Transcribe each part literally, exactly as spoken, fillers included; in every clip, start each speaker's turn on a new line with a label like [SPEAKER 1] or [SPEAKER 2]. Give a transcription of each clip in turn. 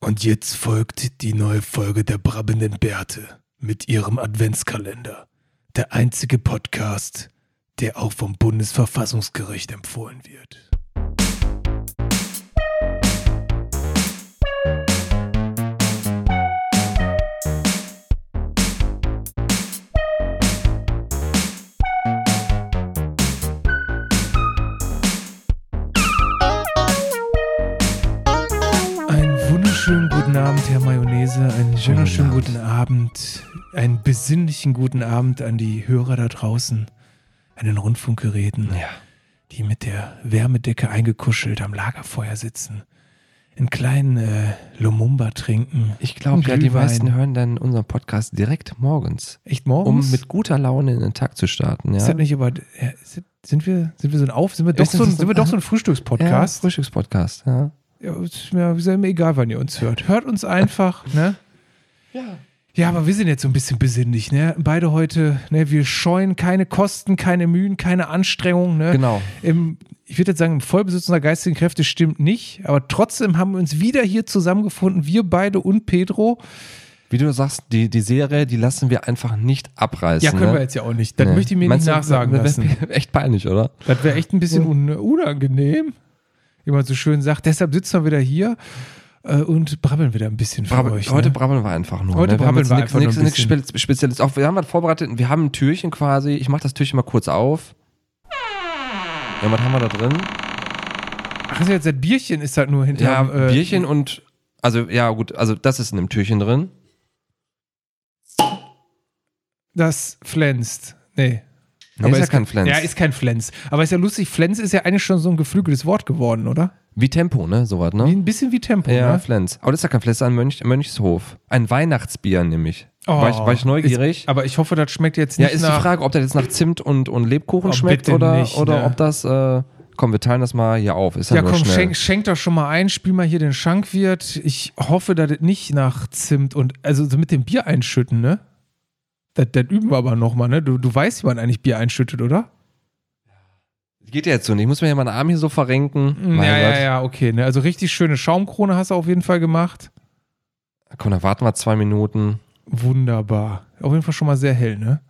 [SPEAKER 1] Und jetzt folgt die neue Folge der brabbenden Bärte mit ihrem Adventskalender. Der einzige Podcast, der auch vom Bundesverfassungsgericht empfohlen wird. Schönen guten Abend, Herr Mayonnaise. Einen schönen, schönen guten Abend. Einen besinnlichen guten Abend an die Hörer da draußen an den Rundfunkgeräten,
[SPEAKER 2] ja.
[SPEAKER 1] die mit der Wärmedecke eingekuschelt am Lagerfeuer sitzen, einen kleinen äh, Lumumba trinken.
[SPEAKER 2] Ich glaube, ja, die meisten hören dann unseren Podcast direkt morgens.
[SPEAKER 1] Echt morgens?
[SPEAKER 2] Um mit guter Laune in den Tag zu starten. Ja.
[SPEAKER 1] Ist das nicht aber, ja, sind wir, sind wir so ein Auf, sind wir doch, so ein, sind wir doch so ein Frühstückspodcast?
[SPEAKER 2] Ja, Frühstückspodcast, ja.
[SPEAKER 1] Ja, ist mir, ist mir egal, wann ihr uns hört. Hört uns einfach, ne?
[SPEAKER 2] Ja.
[SPEAKER 1] Ja, aber wir sind jetzt so ein bisschen besinnlich, ne? Beide heute, ne? Wir scheuen keine Kosten, keine Mühen, keine Anstrengung, ne?
[SPEAKER 2] Genau.
[SPEAKER 1] Im, ich würde jetzt sagen, im Vollbesitz unserer geistigen Kräfte stimmt nicht, aber trotzdem haben wir uns wieder hier zusammengefunden, wir beide und Pedro.
[SPEAKER 2] Wie du sagst, die, die Serie, die lassen wir einfach nicht abreißen.
[SPEAKER 1] Ja, können
[SPEAKER 2] ne?
[SPEAKER 1] wir jetzt ja auch nicht. Das
[SPEAKER 2] nee.
[SPEAKER 1] möchte ich mir
[SPEAKER 2] Meinst
[SPEAKER 1] nicht
[SPEAKER 2] du,
[SPEAKER 1] nachsagen
[SPEAKER 2] das
[SPEAKER 1] lassen.
[SPEAKER 2] wäre echt peinlich, oder?
[SPEAKER 1] Das wäre echt ein bisschen un- unangenehm. Wie man so schön sagt. Deshalb sitzen wir wieder hier äh, und brabbeln wieder ein bisschen für
[SPEAKER 2] Brabbel,
[SPEAKER 1] euch.
[SPEAKER 2] heute
[SPEAKER 1] ne?
[SPEAKER 2] brabbeln wir einfach nur.
[SPEAKER 1] Heute
[SPEAKER 2] ne? wir
[SPEAKER 1] brabbeln
[SPEAKER 2] haben
[SPEAKER 1] wir
[SPEAKER 2] jetzt
[SPEAKER 1] einfach
[SPEAKER 2] nichts,
[SPEAKER 1] nur ein
[SPEAKER 2] nichts Spe- Spezielles. Auch, wir haben was vorbereitet. Wir haben ein Türchen quasi. Ich mache das Türchen mal kurz auf. Ja, was haben wir da drin?
[SPEAKER 1] Ach, ist jetzt das Bierchen ist halt nur hinter.
[SPEAKER 2] Ja,
[SPEAKER 1] äh,
[SPEAKER 2] Bierchen und, also ja gut, also das ist in einem Türchen drin.
[SPEAKER 1] Das flänzt. Nee.
[SPEAKER 2] Nee,
[SPEAKER 1] Aber
[SPEAKER 2] ist ja kein Flens.
[SPEAKER 1] Ja, ist kein Flens. Aber ist ja lustig, Flens ist ja eigentlich schon so ein geflügeltes Wort geworden, oder?
[SPEAKER 2] Wie Tempo, ne? Sowas, ne?
[SPEAKER 1] Wie, ein bisschen wie Tempo,
[SPEAKER 2] ja,
[SPEAKER 1] ne?
[SPEAKER 2] Flens. Aber das ist ja kein Flens, das ist ein Mönch, Mönchshof. Ein Weihnachtsbier nämlich.
[SPEAKER 1] Oh,
[SPEAKER 2] war, ich, war ich neugierig?
[SPEAKER 1] Ist, aber ich hoffe, das schmeckt jetzt nicht
[SPEAKER 2] Ja, ist
[SPEAKER 1] nach...
[SPEAKER 2] die Frage, ob das jetzt nach Zimt und, und Lebkuchen
[SPEAKER 1] Oh,
[SPEAKER 2] schmeckt
[SPEAKER 1] bitte
[SPEAKER 2] oder,
[SPEAKER 1] nicht,
[SPEAKER 2] oder
[SPEAKER 1] ne?
[SPEAKER 2] ob das, äh, komm, wir teilen das mal hier auf. Ist ja,
[SPEAKER 1] Ja,
[SPEAKER 2] nur
[SPEAKER 1] komm,
[SPEAKER 2] schnell.
[SPEAKER 1] schenk, schenk doch schon mal ein, spiel mal hier den Schankwirt. Ich hoffe, dass das nicht nach Zimt und... Also so mit dem Bier einschütten, ne? Das, das üben wir aber nochmal, ne? Du, du weißt, wie man eigentlich Bier einschüttet, oder?
[SPEAKER 2] Geht ja jetzt so nicht. Ich muss mir ja meinen Arm hier so verrenken.
[SPEAKER 1] Ja,
[SPEAKER 2] Mein
[SPEAKER 1] ja,
[SPEAKER 2] Gott.
[SPEAKER 1] ja, okay. Ne? Also richtig schöne Schaumkrone hast du auf jeden Fall gemacht.
[SPEAKER 2] Komm, dann warten wir zwei Minuten.
[SPEAKER 1] Wunderbar. Auf jeden Fall schon mal sehr hell, ne?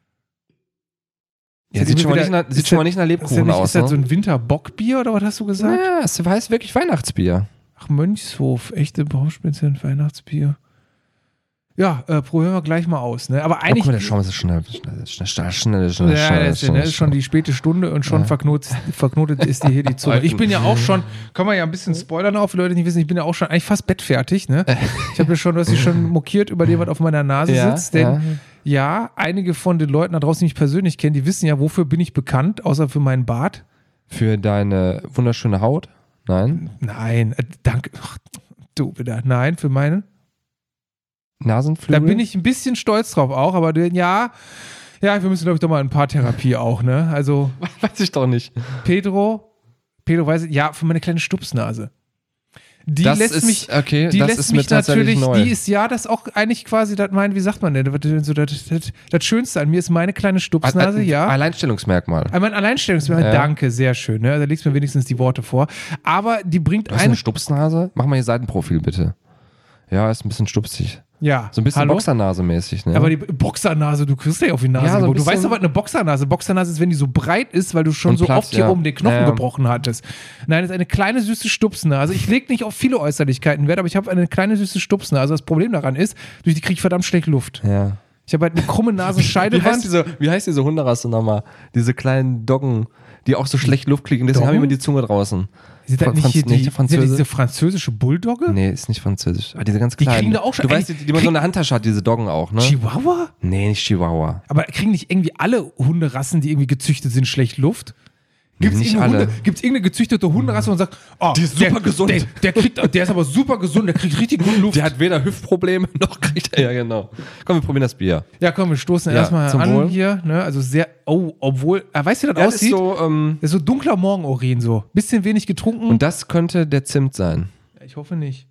[SPEAKER 2] Ja,
[SPEAKER 1] Ist
[SPEAKER 2] sieht
[SPEAKER 1] das
[SPEAKER 2] schon mal
[SPEAKER 1] wieder-
[SPEAKER 2] nicht nach,
[SPEAKER 1] ist
[SPEAKER 2] sieht schon mal
[SPEAKER 1] das-
[SPEAKER 2] nicht nach
[SPEAKER 1] Ist das,
[SPEAKER 2] Lebkuchen
[SPEAKER 1] nicht,
[SPEAKER 2] aus.
[SPEAKER 1] ist das so
[SPEAKER 2] ne?
[SPEAKER 1] ein Winterbockbier oder was hast du gesagt?
[SPEAKER 2] Ja, es heißt wirklich Weihnachtsbier.
[SPEAKER 1] Ach, Mönchshof, echte Braunspitze und Weihnachtsbier. Ja, äh, probieren wir gleich mal aus, ne? Aber
[SPEAKER 2] Oh,
[SPEAKER 1] eigentlich...
[SPEAKER 2] guck mal, der Schaum ist schnell, schnell, schnell, schnell, schnell, schnell,
[SPEAKER 1] Ja,
[SPEAKER 2] schnell,
[SPEAKER 1] das ist,
[SPEAKER 2] schnell,
[SPEAKER 1] ne, ist schon die späte Stunde und schon
[SPEAKER 2] Ja.
[SPEAKER 1] verknotet, verknotet ist dir hier die Zunge. Ich bin ja auch schon, kann man ja ein bisschen spoilern auch für Leute, die nicht wissen, ich bin ja auch schon eigentlich fast bettfertig, ne? Ich habe ja schon, du hast dich schon mokiert über dem, was auf meiner Nase
[SPEAKER 2] Ja,
[SPEAKER 1] sitzt, denn
[SPEAKER 2] ja.
[SPEAKER 1] ja, einige von den Leuten da draußen, die mich persönlich kennen, die wissen ja, wofür bin ich bekannt, außer für meinen Bart.
[SPEAKER 2] Für deine wunderschöne Haut? Nein.
[SPEAKER 1] Nein, äh, danke. Ach, du wieder. Nein, für meinen.
[SPEAKER 2] Nasenflügel?
[SPEAKER 1] Da bin ich ein bisschen stolz drauf auch, aber den, ja, ja, wir müssen, glaube ich, doch mal ein paar Therapie auch, ne? Also,
[SPEAKER 2] Weiß ich doch nicht.
[SPEAKER 1] Pedro, Pedro weiß, ja, für meine kleine Stupsnase. Die
[SPEAKER 2] Das
[SPEAKER 1] lässt
[SPEAKER 2] ist,
[SPEAKER 1] mich,
[SPEAKER 2] okay,
[SPEAKER 1] die
[SPEAKER 2] das
[SPEAKER 1] lässt
[SPEAKER 2] ist mir
[SPEAKER 1] mich
[SPEAKER 2] tatsächlich
[SPEAKER 1] natürlich,
[SPEAKER 2] neu.
[SPEAKER 1] die ist ja das auch eigentlich quasi, das mein, wie sagt man denn, das, das, das, das Schönste an mir ist meine kleine Stupsnase,
[SPEAKER 2] Ein-
[SPEAKER 1] ja.
[SPEAKER 2] Alleinstellungsmerkmal.
[SPEAKER 1] Mein Alleinstellungsmerkmal,
[SPEAKER 2] Ja.
[SPEAKER 1] danke, sehr schön, ne? Da legst du mir wenigstens die Worte vor. Aber die bringt
[SPEAKER 2] Du hast
[SPEAKER 1] eine,
[SPEAKER 2] eine Stupsnase? Mach mal hier Seitenprofil, bitte. Ja, ist ein bisschen stupsig.
[SPEAKER 1] ja,
[SPEAKER 2] So ein bisschen
[SPEAKER 1] hallo?
[SPEAKER 2] Boxernase-mäßig, ne?
[SPEAKER 1] Aber die Boxernase, du kriegst ja auf die Nase.
[SPEAKER 2] Ja, so ein
[SPEAKER 1] geboten. Du weißt
[SPEAKER 2] bisschen-
[SPEAKER 1] doch, was eine Boxernase Boxernase ist, wenn die so breit ist, weil du schon
[SPEAKER 2] Und
[SPEAKER 1] so
[SPEAKER 2] Platz,
[SPEAKER 1] oft hier
[SPEAKER 2] ja.
[SPEAKER 1] oben den Knochen
[SPEAKER 2] Ja, ja.
[SPEAKER 1] gebrochen hattest. Nein, das ist eine kleine süße Stupsnase. Ich lege nicht auf viele Äußerlichkeiten Wert, aber ich habe eine kleine süße Stupsnase. Das Problem daran ist, durch die kriege ich verdammt schlecht Luft.
[SPEAKER 2] ja.
[SPEAKER 1] Ich habe halt eine krumme
[SPEAKER 2] Wie heißt,
[SPEAKER 1] Nasenscheidewand.
[SPEAKER 2] diese, wie heißt diese Hunderasse nochmal? Diese kleinen Doggen, die auch so schlecht Luft kriegen. Deswegen
[SPEAKER 1] Doggen?
[SPEAKER 2] haben immer die Zunge draußen.
[SPEAKER 1] Sind das
[SPEAKER 2] Fra-
[SPEAKER 1] nicht hier
[SPEAKER 2] Franz- nicht
[SPEAKER 1] die,
[SPEAKER 2] Französe?
[SPEAKER 1] sind das diese französische Bulldogge?
[SPEAKER 2] Nee, ist nicht französisch. Ah, diese ganz
[SPEAKER 1] Die
[SPEAKER 2] kleinen.
[SPEAKER 1] kriegen da auch schon-
[SPEAKER 2] Du weißt, die, die man so in der Handtasche hat, diese Doggen auch, ne?
[SPEAKER 1] Chihuahua?
[SPEAKER 2] Nee, nicht Chihuahua.
[SPEAKER 1] Aber kriegen nicht irgendwie alle Hunderassen, die irgendwie gezüchtet sind, schlecht Luft? Gibt's
[SPEAKER 2] Nicht
[SPEAKER 1] irgendeine,
[SPEAKER 2] alle.
[SPEAKER 1] Hunde, gibt's irgendeine gezüchtete Hunderasse und sagt, oh,
[SPEAKER 2] Die ist super
[SPEAKER 1] der,
[SPEAKER 2] gesund.
[SPEAKER 1] Der, der, kriegt, der ist aber super gesund, der kriegt richtig gut Luft.
[SPEAKER 2] Der hat weder Hüftprobleme noch kriegt er, ja genau. Komm, wir probieren das Bier.
[SPEAKER 1] Ja, komm, wir stoßen
[SPEAKER 2] Ja,
[SPEAKER 1] erstmal
[SPEAKER 2] zum
[SPEAKER 1] an
[SPEAKER 2] Wohl.
[SPEAKER 1] hier. Ne? Also sehr, oh, obwohl, äh, weißt du, wie das
[SPEAKER 2] Ja, das ist
[SPEAKER 1] aussieht?
[SPEAKER 2] so, ähm,
[SPEAKER 1] Das ist so dunkler Morgenurin, so. Bisschen wenig getrunken.
[SPEAKER 2] und das könnte der Zimt sein.
[SPEAKER 1] ich hoffe nicht.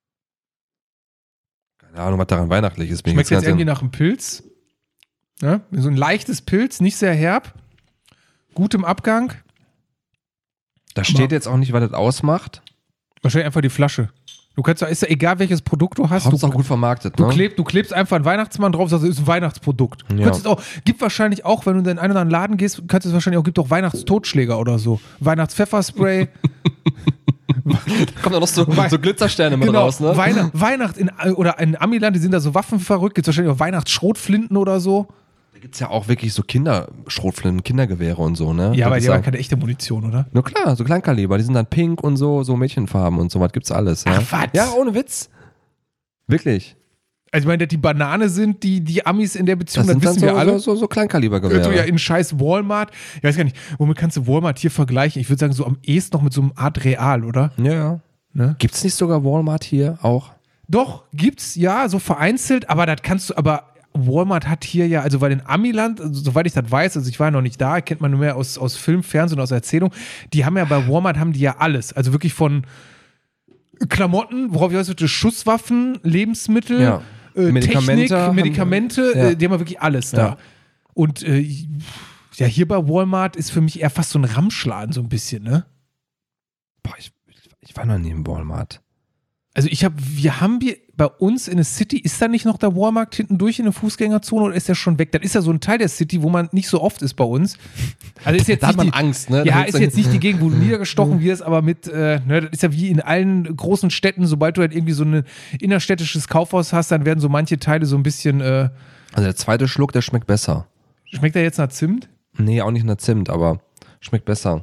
[SPEAKER 2] Keine Ahnung, was daran weihnachtlich ist. Bin ich
[SPEAKER 1] Schmeckt jetzt
[SPEAKER 2] ganz
[SPEAKER 1] irgendwie
[SPEAKER 2] ehrlich.
[SPEAKER 1] nach einem Pilz. Ja? So ein leichtes Pilz, nicht sehr herb. Gut im Abgang.
[SPEAKER 2] Da steht jetzt auch nicht, was das ausmacht.
[SPEAKER 1] Wahrscheinlich einfach die Flasche. Du kannst ja, ist ja egal, welches Produkt du hast.
[SPEAKER 2] Hauptsache
[SPEAKER 1] du,
[SPEAKER 2] gut vermarktet,
[SPEAKER 1] du,
[SPEAKER 2] ne?
[SPEAKER 1] kleb, du klebst einfach einen Weihnachtsmann drauf, sagst, das ist ein Weihnachtsprodukt. Du
[SPEAKER 2] Ja.
[SPEAKER 1] könntest auch, gibt wahrscheinlich auch, wenn du in den einen oder anderen Laden gehst, kannst du es wahrscheinlich auch, gibt auch Weihnachtstotschläger oder so. Weihnachtspfefferspray.
[SPEAKER 2] Da kommen da noch so, so Glitzersterne mit
[SPEAKER 1] Genau,
[SPEAKER 2] raus, ne?
[SPEAKER 1] Weihnacht, Weihnacht in, oder in Amiland, die sind da so waffenverrückt, gibt es wahrscheinlich auch Weihnachtsschrotflinten oder so.
[SPEAKER 2] Da gibt es ja auch wirklich so Kinderschrotflinten, Kindergewehre und so, ne?
[SPEAKER 1] Ja, aber
[SPEAKER 2] Das
[SPEAKER 1] die
[SPEAKER 2] ist
[SPEAKER 1] haben
[SPEAKER 2] auch-
[SPEAKER 1] keine echte Munition, oder?
[SPEAKER 2] Nur klar, so Kleinkaliber, die sind dann pink und so, so Mädchenfarben und so was gibt's alles. Ja?
[SPEAKER 1] Ach, was?
[SPEAKER 2] Ja, ohne Witz. Wirklich.
[SPEAKER 1] Also ich meine, dass die Banane sind, die, die Amis in der Beziehung,
[SPEAKER 2] Das
[SPEAKER 1] das,
[SPEAKER 2] sind dann
[SPEAKER 1] wissen
[SPEAKER 2] so,
[SPEAKER 1] wir alle.
[SPEAKER 2] so, so, so Kleinkalibergewehre.
[SPEAKER 1] Du ja in scheiß Walmart. Ich weiß gar nicht, womit kannst du Walmart hier vergleichen? Ich würde sagen, so am ehesten noch mit so einem Art Real, oder?
[SPEAKER 2] Ja, ja.
[SPEAKER 1] Ne?
[SPEAKER 2] Gibt's nicht sogar Walmart hier auch?
[SPEAKER 1] Doch, gibt's, ja, so vereinzelt, aber das kannst du, aber Walmart hat hier ja, also weil in Amiland, also, soweit ich das weiß, also ich war ja noch nicht da, kennt man nur mehr aus, aus Film, Fernsehen, aus Erzählung, die haben ja bei Walmart haben die ja alles, also wirklich von Klamotten, worauf ich weiß, bitte, Schusswaffen, Lebensmittel,
[SPEAKER 2] Ja.
[SPEAKER 1] äh,
[SPEAKER 2] Medikamente
[SPEAKER 1] Technik,
[SPEAKER 2] haben-
[SPEAKER 1] Medikamente,
[SPEAKER 2] ja.
[SPEAKER 1] äh, die haben ja wirklich alles
[SPEAKER 2] Ja.
[SPEAKER 1] da. Und äh, ja, hier bei Walmart ist für mich eher fast so ein Ramschladen, so ein bisschen, ne?
[SPEAKER 2] Boah, ich, ich war noch nie im Walmart.
[SPEAKER 1] Also ich habe, wir haben wir bei uns in der City, ist da nicht noch der Walmart hinten durch in der Fußgängerzone oder ist der schon weg? Das ist ja so ein Teil der City, wo man nicht so oft ist bei uns. Also ist jetzt
[SPEAKER 2] Da hat
[SPEAKER 1] nicht
[SPEAKER 2] man
[SPEAKER 1] die,
[SPEAKER 2] Angst, ne?
[SPEAKER 1] Ja,
[SPEAKER 2] Da
[SPEAKER 1] ist jetzt nicht die Gegend, wo du niedergestochen wirst, aber mit, äh, ne, das ist ja wie in allen großen Städten, sobald du halt irgendwie so ein innerstädtisches Kaufhaus hast, dann werden so manche Teile so ein bisschen, äh,
[SPEAKER 2] Also der zweite Schluck, der schmeckt besser.
[SPEAKER 1] schmeckt der jetzt nach Zimt?
[SPEAKER 2] Nee, auch nicht nach Zimt, aber schmeckt besser.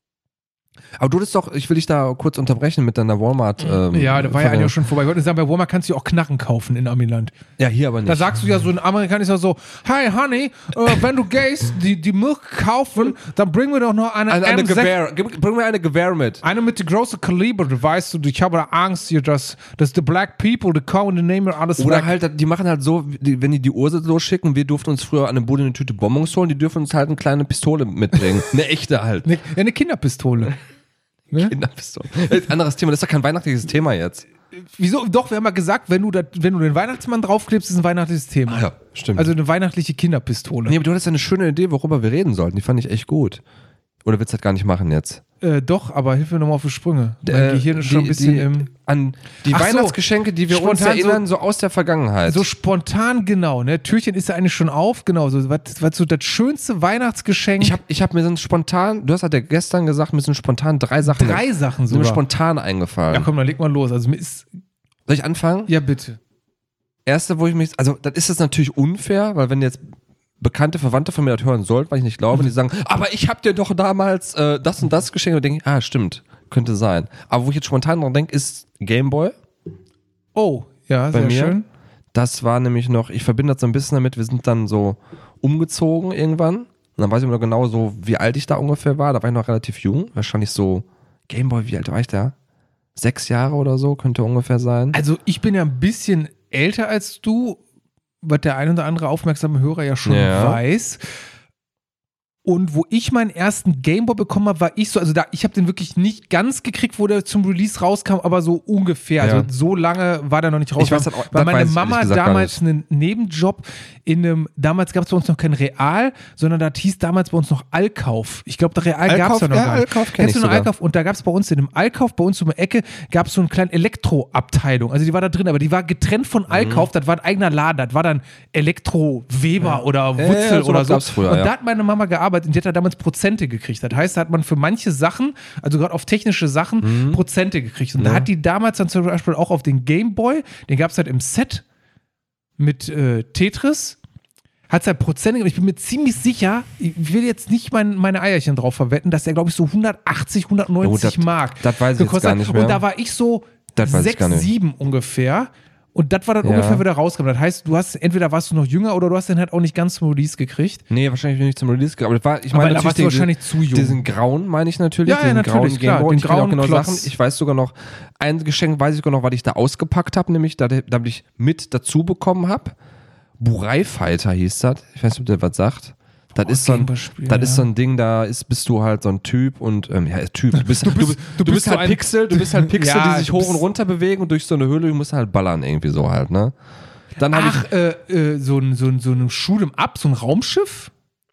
[SPEAKER 2] Aber du bist doch, ich will dich da kurz unterbrechen mit deiner Walmart. Ähm,
[SPEAKER 1] Ja, da war ja
[SPEAKER 2] Ver-
[SPEAKER 1] eigentlich auch schon vorbei. Ich wollte sagen, bei Walmart kannst du ja auch Knarren kaufen in Amiland.
[SPEAKER 2] Ja, hier aber nicht.
[SPEAKER 1] Da sagst du ja so, ein Amerikaner ist ja so, hi Honey, äh, wenn du gehst, die, die Milch kaufen, dann bring mir doch noch eine,
[SPEAKER 2] eine, eine
[SPEAKER 1] M sechs
[SPEAKER 2] Gewehr. Gib, bring mir eine Gewehr mit.
[SPEAKER 1] Eine mit dem großen Kaliber, du weißt du, ich habe da Angst hier, dass, dass die Black People, die kommen, die nehmen alles
[SPEAKER 2] Oder
[SPEAKER 1] weg.
[SPEAKER 2] halt, die machen halt so, die, wenn die die Ursel losschicken, wir durften uns früher an eine Bude eine Tüte Bonbons holen, die dürfen uns halt eine kleine Pistole mitbringen. Eine echte halt.
[SPEAKER 1] Ne, ja, eine Kinderpistole. Ne?
[SPEAKER 2] Kinderpistole. Äh, Anderes Thema, das ist doch kein weihnachtliches Thema jetzt.
[SPEAKER 1] Wieso? Doch, wir haben ja gesagt, wenn du, dat, wenn du den Weihnachtsmann draufklebst, ist ein weihnachtliches Thema.
[SPEAKER 2] Ah ja, stimmt.
[SPEAKER 1] Also eine weihnachtliche Kinderpistole.
[SPEAKER 2] Nee, aber du hattest ja eine schöne Idee, worüber wir reden sollten. Die fand ich echt gut. Oder willst du das gar nicht machen jetzt?
[SPEAKER 1] Äh, doch, aber hilf mir nochmal auf die Sprünge. Mein
[SPEAKER 2] Äh,
[SPEAKER 1] Gehirn ist schon ein
[SPEAKER 2] die-
[SPEAKER 1] bisschen
[SPEAKER 2] die,
[SPEAKER 1] im...
[SPEAKER 2] An die
[SPEAKER 1] Ach so,
[SPEAKER 2] Weihnachtsgeschenke, die wir uns
[SPEAKER 1] spontan
[SPEAKER 2] erinnern, so, aus der Vergangenheit.
[SPEAKER 1] So spontan, genau, ne? Türchen ist ja eigentlich schon auf, genau. So, was, was so das schönste Weihnachtsgeschenk.
[SPEAKER 2] ich habe ich hab mir sind spontan, du hast halt ja gestern gesagt, mir sind spontan drei Sachen,
[SPEAKER 1] drei Sachen
[SPEAKER 2] sind mir
[SPEAKER 1] sogar.
[SPEAKER 2] spontan eingefallen.
[SPEAKER 1] Ja, komm, dann leg mal los. Also mir ist.
[SPEAKER 2] Soll ich anfangen?
[SPEAKER 1] Ja, bitte.
[SPEAKER 2] Erste, wo ich mich, also das ist jetzt natürlich unfair, weil wenn jetzt bekannte Verwandte von mir das hören sollten, weil ich nicht glaube, die sagen, aber ich habe dir doch damals äh, das und das geschenkt und denke, ah, stimmt, könnte sein. Aber wo ich jetzt spontan dran denke, ist Gameboy.
[SPEAKER 1] Oh, ja,
[SPEAKER 2] Bei
[SPEAKER 1] sehr
[SPEAKER 2] mir?
[SPEAKER 1] schön.
[SPEAKER 2] Das war nämlich noch, ich verbinde das so ein bisschen damit, wir sind dann so umgezogen irgendwann. Und dann weiß ich noch genau so, wie alt ich da ungefähr war. Da war ich noch relativ jung. Wahrscheinlich so, Gameboy, wie alt war ich da? Sechs Jahre oder so, könnte ungefähr sein.
[SPEAKER 1] Also ich bin ja ein bisschen älter als du, was der ein oder andere aufmerksame Hörer ja schon
[SPEAKER 2] Ja.
[SPEAKER 1] weiß. Und wo ich meinen ersten Gameboy bekommen habe, war ich so, also da, ich habe den wirklich nicht ganz gekriegt, wo der zum Release rauskam, aber so ungefähr.
[SPEAKER 2] Ja.
[SPEAKER 1] Also so lange war der noch nicht raus.
[SPEAKER 2] Ich weiß das auch-
[SPEAKER 1] weil
[SPEAKER 2] das
[SPEAKER 1] meine
[SPEAKER 2] weiß ich
[SPEAKER 1] Mama
[SPEAKER 2] ehrlich gesagt gar
[SPEAKER 1] damals einen Nebenjob in einem, damals gab es bei uns noch kein Real, sondern das hieß damals bei uns noch Allkauf. Ich glaube, der Real gab es
[SPEAKER 2] Allkauf,
[SPEAKER 1] ja noch
[SPEAKER 2] ja,
[SPEAKER 1] gar nicht.
[SPEAKER 2] Allkauf kenn
[SPEAKER 1] Kennst
[SPEAKER 2] ich
[SPEAKER 1] du noch
[SPEAKER 2] sogar.
[SPEAKER 1] Allkauf? Und da gab es bei uns in einem Allkauf, bei uns um die Ecke, gab es so eine kleine Elektroabteilung. Also die war da drin, aber die war getrennt von
[SPEAKER 2] Mhm.
[SPEAKER 1] Allkauf. Das war ein eigener Laden. Das war dann Elektro Weber oder
[SPEAKER 2] Ja,
[SPEAKER 1] Wutzel
[SPEAKER 2] ja, so
[SPEAKER 1] oder
[SPEAKER 2] was
[SPEAKER 1] so.
[SPEAKER 2] gab's früher,
[SPEAKER 1] und
[SPEAKER 2] ja.
[SPEAKER 1] da hat meine Mama gearbeitet und die hat da damals Prozente gekriegt. Das heißt, da hat man für manche Sachen, also gerade auf technische Sachen,
[SPEAKER 2] Mhm.
[SPEAKER 1] Prozente gekriegt. Und da
[SPEAKER 2] Ja.
[SPEAKER 1] hat die damals dann zum Beispiel auch auf den Gameboy, den gab es halt im Set mit äh, Tetris, hat es halt Prozente gegeben. Ich bin mir ziemlich sicher, ich will jetzt nicht mein, meine Eierchen drauf verwetten, dass der, glaube ich, so hundertachtzig, hundertneunzig
[SPEAKER 2] Oh, das-
[SPEAKER 1] Mark
[SPEAKER 2] das weiß ich jetzt
[SPEAKER 1] gekostet
[SPEAKER 2] gar
[SPEAKER 1] hat.
[SPEAKER 2] nicht mehr.
[SPEAKER 1] Und da war ich so
[SPEAKER 2] Das weiß ich
[SPEAKER 1] sechs,
[SPEAKER 2] gar nicht.
[SPEAKER 1] sieben ungefähr. Und das war dann
[SPEAKER 2] Ja.
[SPEAKER 1] ungefähr wieder rausgekommen. Das heißt, du hast, entweder warst du noch jünger oder du hast den halt auch nicht ganz zum Release gekriegt.
[SPEAKER 2] Nee, wahrscheinlich bin ich zum Release gegangen. Aber das war, ich
[SPEAKER 1] Aber
[SPEAKER 2] meine
[SPEAKER 1] da warst du
[SPEAKER 2] natürlich
[SPEAKER 1] wahrscheinlich
[SPEAKER 2] diesen,
[SPEAKER 1] zu jung.
[SPEAKER 2] diesen grauen meine ich natürlich.
[SPEAKER 1] Ja, ja,
[SPEAKER 2] diesen
[SPEAKER 1] natürlich,
[SPEAKER 2] grauen
[SPEAKER 1] klar,
[SPEAKER 2] Gameboy.
[SPEAKER 1] den
[SPEAKER 2] Ich kenne auch
[SPEAKER 1] grauen
[SPEAKER 2] genau
[SPEAKER 1] Klotz.
[SPEAKER 2] Sachen. Ich weiß sogar noch, ein Geschenk weiß ich sogar noch, was ich da ausgepackt habe, nämlich da, da ich mit dazu bekommen habe. Burai Fighter hieß das. Ich weiß nicht, ob der was sagt. Das ist so ein,
[SPEAKER 1] Gameboy-Spiel,
[SPEAKER 2] das ist
[SPEAKER 1] ja.
[SPEAKER 2] so ein Ding, da ist, bist du halt so ein Typ und, ähm, ja, Typ. Du bist, du
[SPEAKER 1] bist-
[SPEAKER 2] bist,
[SPEAKER 1] du
[SPEAKER 2] du
[SPEAKER 1] bist
[SPEAKER 2] bist
[SPEAKER 1] so
[SPEAKER 2] halt
[SPEAKER 1] ein-
[SPEAKER 2] Pixel, du bist halt Pixel,
[SPEAKER 1] Ja,
[SPEAKER 2] die sich
[SPEAKER 1] du
[SPEAKER 2] hoch
[SPEAKER 1] bist-
[SPEAKER 2] und runter bewegen und durch so eine Höhle, du musst halt ballern irgendwie so halt, ne? Dann habe ich,
[SPEAKER 1] Ach, äh, äh, so ein, so ein, so ein Shoot'em Up, so ein Raumschiff?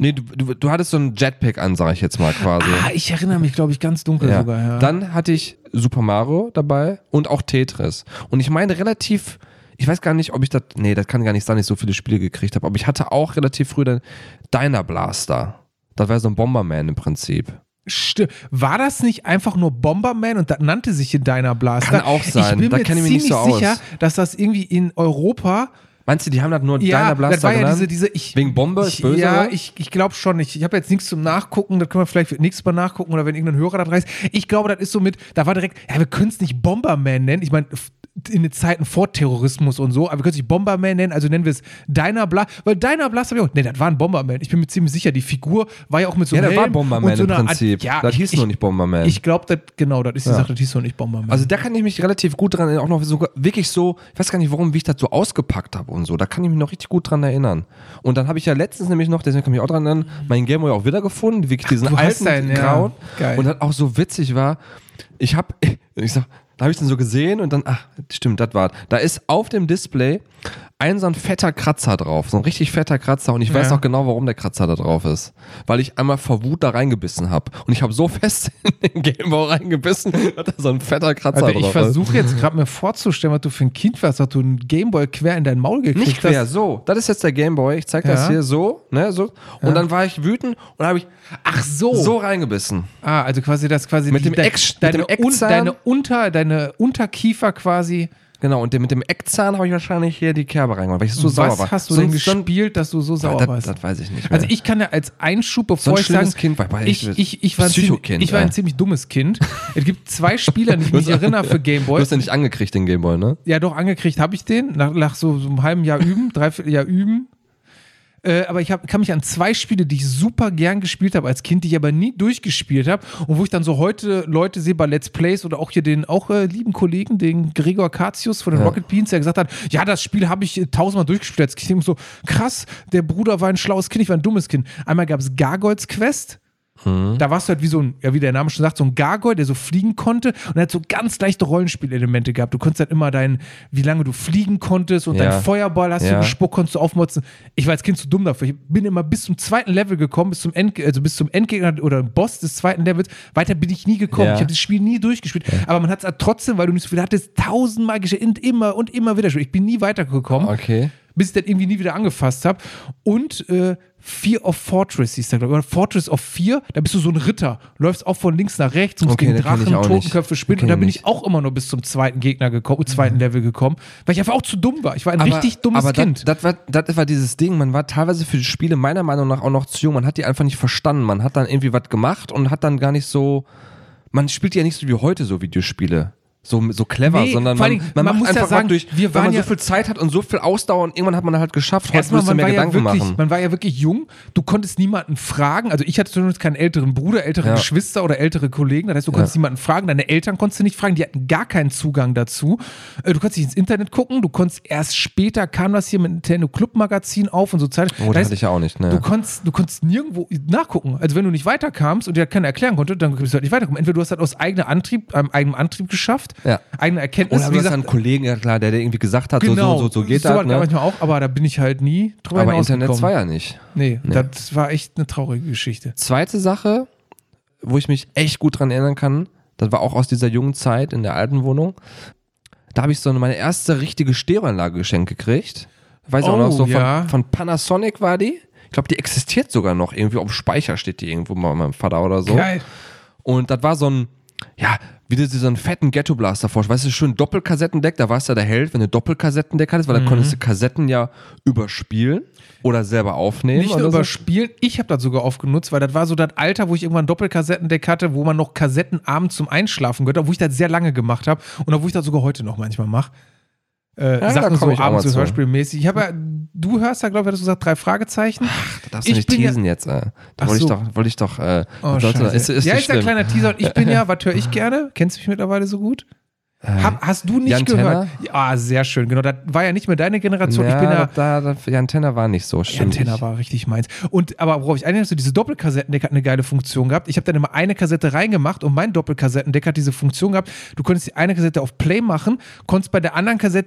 [SPEAKER 2] Nee, du, du, du hattest so einen Jetpack an, sag ich jetzt mal quasi.
[SPEAKER 1] Ah, ich erinnere mich, glaube ich, ganz dunkel
[SPEAKER 2] ja.
[SPEAKER 1] sogar, ja.
[SPEAKER 2] Dann hatte ich Super Mario dabei und auch Tetris. Und ich meine relativ, ich weiß gar nicht, ob ich das, nee, das kann gar nicht sein, dass ich so viele Spiele gekriegt habe, aber ich hatte auch relativ früh den Dyna Blaster. Das war so ein Bomberman im Prinzip.
[SPEAKER 1] Stimmt. War das nicht einfach nur Bomberman und das nannte sich in Dyna Blaster?
[SPEAKER 2] Kann auch sein,
[SPEAKER 1] ich bin
[SPEAKER 2] da
[SPEAKER 1] mir
[SPEAKER 2] kenne ich mich
[SPEAKER 1] ziemlich
[SPEAKER 2] nicht so
[SPEAKER 1] sicher,
[SPEAKER 2] aus.
[SPEAKER 1] dass das irgendwie in Europa...
[SPEAKER 2] Meinst du, die haben das nur
[SPEAKER 1] Ja,
[SPEAKER 2] Dyna Blaster
[SPEAKER 1] das war ja
[SPEAKER 2] genannt?
[SPEAKER 1] diese, diese ich,
[SPEAKER 2] Wegen Bombe
[SPEAKER 1] ich,
[SPEAKER 2] ist böse,
[SPEAKER 1] Ja,
[SPEAKER 2] oder?
[SPEAKER 1] ich, ich glaube schon. Ich, ich habe jetzt nichts zum Nachgucken. Das können wir vielleicht nächstes Mal nachgucken oder wenn irgendein Hörer das reißt. Ich glaube, das ist so mit, da war direkt, ja, wir können es nicht Bomberman nennen. Ich meine, in den Zeiten vor Terrorismus und so, aber wir können es nicht Bomberman nennen, also nennen wir es Dyna Blast, weil Dyna Blast habe ich auch, nee, das war ein Bomberman. Ich bin mir ziemlich sicher, die Figur war ja auch mit so
[SPEAKER 2] Ja,
[SPEAKER 1] einem
[SPEAKER 2] das war
[SPEAKER 1] Helm
[SPEAKER 2] Bomberman
[SPEAKER 1] und so
[SPEAKER 2] im
[SPEAKER 1] einer
[SPEAKER 2] Prinzip.
[SPEAKER 1] Art, ja,
[SPEAKER 2] das
[SPEAKER 1] ich,
[SPEAKER 2] hieß
[SPEAKER 1] ich,
[SPEAKER 2] nur nicht Bomberman.
[SPEAKER 1] Ich glaube, das, genau, das ist die
[SPEAKER 2] Ja.
[SPEAKER 1] Sache, das hieß noch nicht Bomberman.
[SPEAKER 2] Also da kann ich mich relativ gut dran erinnern, auch noch sogar wirklich so, ich weiß gar nicht warum, wie ich das so ausgepackt habe und so, da kann ich mich noch richtig gut dran erinnern. Und dann habe ich ja letztens nämlich noch, deswegen kann ich mich auch dran erinnern, meinen Gameboy auch wiedergefunden, wirklich diesen
[SPEAKER 1] du hast
[SPEAKER 2] alten
[SPEAKER 1] deinen, ja.
[SPEAKER 2] grauen.
[SPEAKER 1] Geil.
[SPEAKER 2] Und das auch so witzig war, ich habe, ich sag, da habe ich den so gesehen und dann, ach, stimmt, das war, da ist auf dem Display ein so ein fetter Kratzer drauf, so ein richtig fetter Kratzer und ich weiß
[SPEAKER 1] Ja.
[SPEAKER 2] auch genau, warum der Kratzer da drauf ist. Weil ich einmal vor Wut da reingebissen habe und ich habe so fest in den Gameboy reingebissen, dass da so ein fetter Kratzer
[SPEAKER 1] Also ich
[SPEAKER 2] drauf ist.
[SPEAKER 1] versuche jetzt gerade mir vorzustellen, was du für ein Kind warst, dass du einen Gameboy quer in dein Maul gekriegt
[SPEAKER 2] Nicht quer,
[SPEAKER 1] hast.
[SPEAKER 2] so. Das ist jetzt der Gameboy. Ich zeig das
[SPEAKER 1] Ja.
[SPEAKER 2] hier so, ne, so. Und
[SPEAKER 1] Ja.
[SPEAKER 2] dann war ich wütend und habe ich
[SPEAKER 1] Ach so.
[SPEAKER 2] so reingebissen.
[SPEAKER 1] Ah, also quasi das quasi
[SPEAKER 2] Mit
[SPEAKER 1] die,
[SPEAKER 2] dem
[SPEAKER 1] dein-
[SPEAKER 2] Eck- mit
[SPEAKER 1] deine,
[SPEAKER 2] dem
[SPEAKER 1] un,
[SPEAKER 2] Eckzahn.
[SPEAKER 1] deine Unter deine Unterkiefer quasi.
[SPEAKER 2] Genau, und mit dem Eckzahn habe ich wahrscheinlich hier die Kerbe reingemacht, weil ich so sauer
[SPEAKER 1] Was
[SPEAKER 2] war.
[SPEAKER 1] hast du
[SPEAKER 2] So
[SPEAKER 1] denn
[SPEAKER 2] ein- so ein-
[SPEAKER 1] gespielt, dass du so sauer
[SPEAKER 2] das,
[SPEAKER 1] warst?
[SPEAKER 2] das weiß ich nicht mehr.
[SPEAKER 1] Also ich kann ja als Einschub,
[SPEAKER 2] so
[SPEAKER 1] bevor
[SPEAKER 2] ein
[SPEAKER 1] ich sagen,
[SPEAKER 2] schlimmes Kind war, war
[SPEAKER 1] ich,
[SPEAKER 2] echt
[SPEAKER 1] ich, ich war, ein ziemlich,
[SPEAKER 2] Psychokind,
[SPEAKER 1] ich war ein
[SPEAKER 2] ey.
[SPEAKER 1] ziemlich dummes Kind. Es gibt zwei Spiele, an die ich mich erinnere für
[SPEAKER 2] Du
[SPEAKER 1] Gameboy.
[SPEAKER 2] hast ja nicht angekriegt, den Gameboy, ne?
[SPEAKER 1] Ja, doch, angekriegt habe ich den, nach, nach so, so einem halben Jahr üben, dreiviertel Jahr üben. Äh, aber ich hab, kann mich an zwei Spiele, die ich super gern gespielt habe als Kind, die ich aber nie durchgespielt habe und wo ich dann so heute Leute sehe bei Let's Plays oder auch hier den auch äh, lieben Kollegen, den Gregor Katius von den
[SPEAKER 2] Ja.
[SPEAKER 1] Rocket Beans, der gesagt hat, ja, das Spiel habe ich äh, tausendmal durchgespielt als Kind. Und so, krass, der Bruder war ein schlaues Kind, ich war ein dummes Kind. Einmal gab es Gargoyles Quest. Da warst du halt wie so ein, ja, wie der Name schon sagt, so ein Gargoyle, der so fliegen konnte und er hat so ganz leichte Rollenspielelemente gehabt. Du konntest halt immer dein, wie lange du fliegen konntest und
[SPEAKER 2] Ja.
[SPEAKER 1] dein Feuerball hast
[SPEAKER 2] Ja.
[SPEAKER 1] du gespuckt, konntest du aufmotzen. Ich war als Kind zu dumm dafür. Ich bin immer bis zum zweiten Level gekommen, bis zum End, also bis zum Endgegner oder Boss des zweiten Levels. Weiter bin ich nie gekommen.
[SPEAKER 2] Ja.
[SPEAKER 1] Ich habe das Spiel nie durchgespielt. Aber man hat es halt trotzdem, weil du nicht so viel hattest, tausendmal gespielt, immer und immer wieder gespielt. Ich bin nie weitergekommen.
[SPEAKER 2] Okay.
[SPEAKER 1] Bis ich das irgendwie nie wieder angefasst habe. Und äh, Fear of Fortress hieß der, glaube ich. Oder Fortress of Fear, da bist du so ein Ritter. Läufst auch von links nach rechts, musst
[SPEAKER 2] Okay,
[SPEAKER 1] gegen
[SPEAKER 2] den kenn ich
[SPEAKER 1] Drachen,
[SPEAKER 2] auch nicht.
[SPEAKER 1] Totenköpfe spielen.
[SPEAKER 2] Den
[SPEAKER 1] Und da
[SPEAKER 2] kenn
[SPEAKER 1] bin
[SPEAKER 2] ich
[SPEAKER 1] ich auch immer nur bis zum zweiten Gegner gekommen, zweiten Level gekommen, weil ich einfach auch zu dumm war. Ich war ein
[SPEAKER 2] Aber-
[SPEAKER 1] richtig dummes
[SPEAKER 2] aber
[SPEAKER 1] Kind.
[SPEAKER 2] Das, das, war, das war dieses Ding, man war teilweise für die Spiele meiner Meinung nach auch noch zu jung, man hat die einfach nicht verstanden, man hat dann irgendwie was gemacht und hat dann gar nicht so, man spielt ja nicht so wie heute so Videospiele. So, so clever,
[SPEAKER 1] Nee,
[SPEAKER 2] sondern
[SPEAKER 1] vor
[SPEAKER 2] man,
[SPEAKER 1] allem,
[SPEAKER 2] man,
[SPEAKER 1] man
[SPEAKER 2] macht
[SPEAKER 1] muss ja
[SPEAKER 2] einfach
[SPEAKER 1] sagen,
[SPEAKER 2] was durch,
[SPEAKER 1] wir
[SPEAKER 2] weil
[SPEAKER 1] waren
[SPEAKER 2] man
[SPEAKER 1] ja-
[SPEAKER 2] so viel Zeit hat und so viel Ausdauer und irgendwann hat man halt geschafft, heute
[SPEAKER 1] Erstmal,
[SPEAKER 2] müsst ihr
[SPEAKER 1] man
[SPEAKER 2] mehr
[SPEAKER 1] war, ja
[SPEAKER 2] Gedanken
[SPEAKER 1] wirklich,
[SPEAKER 2] machen.
[SPEAKER 1] man war ja wirklich jung. Du konntest niemanden fragen. Also ich hatte zumindest keinen älteren Bruder, ältere
[SPEAKER 2] Ja.
[SPEAKER 1] Geschwister oder ältere Kollegen. Das heißt, du konntest
[SPEAKER 2] Ja.
[SPEAKER 1] niemanden fragen. Deine Eltern konntest du nicht fragen. Die hatten gar keinen Zugang dazu. Äh, Du konntest nicht ins Internet gucken. Du konntest erst später kam das hier mit Nintendo Club Magazin auf und so Zeit.
[SPEAKER 2] Oh, das hatte ich ja auch nicht, ne?
[SPEAKER 1] Du konntest, du konntest nirgendwo nachgucken. Also wenn du nicht weiterkamst und dir keiner erklären konnte, dann bist du halt nicht weiterkommen. Entweder du hast das aus eigenem Antrieb, ähm, eigenem Antrieb geschafft,
[SPEAKER 2] Ja.
[SPEAKER 1] eigene Erkenntnis.
[SPEAKER 2] Oder
[SPEAKER 1] wie
[SPEAKER 2] du hast
[SPEAKER 1] gesagt,
[SPEAKER 2] einen Kollegen, ja klar, der dir irgendwie gesagt hat,
[SPEAKER 1] genau,
[SPEAKER 2] so, so, so, so geht
[SPEAKER 1] so
[SPEAKER 2] das,
[SPEAKER 1] hat
[SPEAKER 2] ne?
[SPEAKER 1] manchmal auch, aber da bin ich halt nie drüber
[SPEAKER 2] Aber
[SPEAKER 1] hinausgekommen.
[SPEAKER 2] Internet war ja nicht.
[SPEAKER 1] Nee,
[SPEAKER 2] Nee.
[SPEAKER 1] das war echt eine traurige Geschichte.
[SPEAKER 2] Zweite Sache, wo ich mich echt gut dran erinnern kann, das war auch aus dieser jungen Zeit in der alten Wohnung. Da habe ich so eine, meine erste richtige Stereoanlage geschenkt gekriegt. Weiß ich auch
[SPEAKER 1] Oh,
[SPEAKER 2] noch, so
[SPEAKER 1] ja.
[SPEAKER 2] von, von Panasonic war die. Ich glaube, die existiert sogar noch irgendwie. Auf dem Speicher steht die irgendwo bei meinem Vater oder so.
[SPEAKER 1] Geil.
[SPEAKER 2] Und das war so ein, ja, wie du dir so einen fetten Ghetto-Blaster vorstellst. Weißt du, schön Doppelkassettendeck, da warst du ja der Held, wenn du Doppelkassettendeck hattest, weil da konntest du Kassetten ja überspielen oder selber aufnehmen.
[SPEAKER 1] Nicht nur
[SPEAKER 2] oder so.
[SPEAKER 1] überspielen, ich habe das sogar oft genutzt, weil das war so das Alter, wo ich irgendwann ein Doppelkassettendeck hatte, wo man noch Kassetten abends zum Einschlafen gehört, wo ich das sehr lange gemacht habe und wo ich das sogar heute noch manchmal mache. Äh,
[SPEAKER 2] da
[SPEAKER 1] Sachen
[SPEAKER 2] komm
[SPEAKER 1] so
[SPEAKER 2] ich auch
[SPEAKER 1] abends
[SPEAKER 2] mal
[SPEAKER 1] so
[SPEAKER 2] zu.
[SPEAKER 1] hörspielmäßig. Ich habe ja, du hörst ja, glaube ich, hattest du gesagt, drei Fragezeichen.
[SPEAKER 2] Da darfst du
[SPEAKER 1] Ich
[SPEAKER 2] nicht
[SPEAKER 1] bin ja-
[SPEAKER 2] teasen jetzt. Äh. Da
[SPEAKER 1] Ach
[SPEAKER 2] wollte ich
[SPEAKER 1] so.
[SPEAKER 2] doch, wollte ich doch, äh,
[SPEAKER 1] Oh,
[SPEAKER 2] sollte,
[SPEAKER 1] Scheiße.
[SPEAKER 2] ist, ist
[SPEAKER 1] ja,
[SPEAKER 2] nicht
[SPEAKER 1] ist ja ein
[SPEAKER 2] schlimm.
[SPEAKER 1] kleiner Teaser. Und ich bin ja, was höre ich gerne? Kennst du mich mittlerweile so gut? Hab, hast du nicht
[SPEAKER 2] Jan
[SPEAKER 1] gehört?
[SPEAKER 2] Tenner?
[SPEAKER 1] Ja, sehr schön. Genau, das war ja nicht mehr deine Generation.
[SPEAKER 2] Ja,
[SPEAKER 1] ich bin ja
[SPEAKER 2] da, da, Jan Tenner war nicht so
[SPEAKER 1] Die
[SPEAKER 2] stimmt.
[SPEAKER 1] Antenne war richtig meins. Und aber worauf ich eingehe, so diese Doppelkassettendeck hat eine geile Funktion gehabt. Ich habe dann immer eine Kassette reingemacht und mein Doppelkassettendeck hat diese Funktion gehabt. Du konntest die eine Kassette auf Play machen, konntest bei der anderen Kassette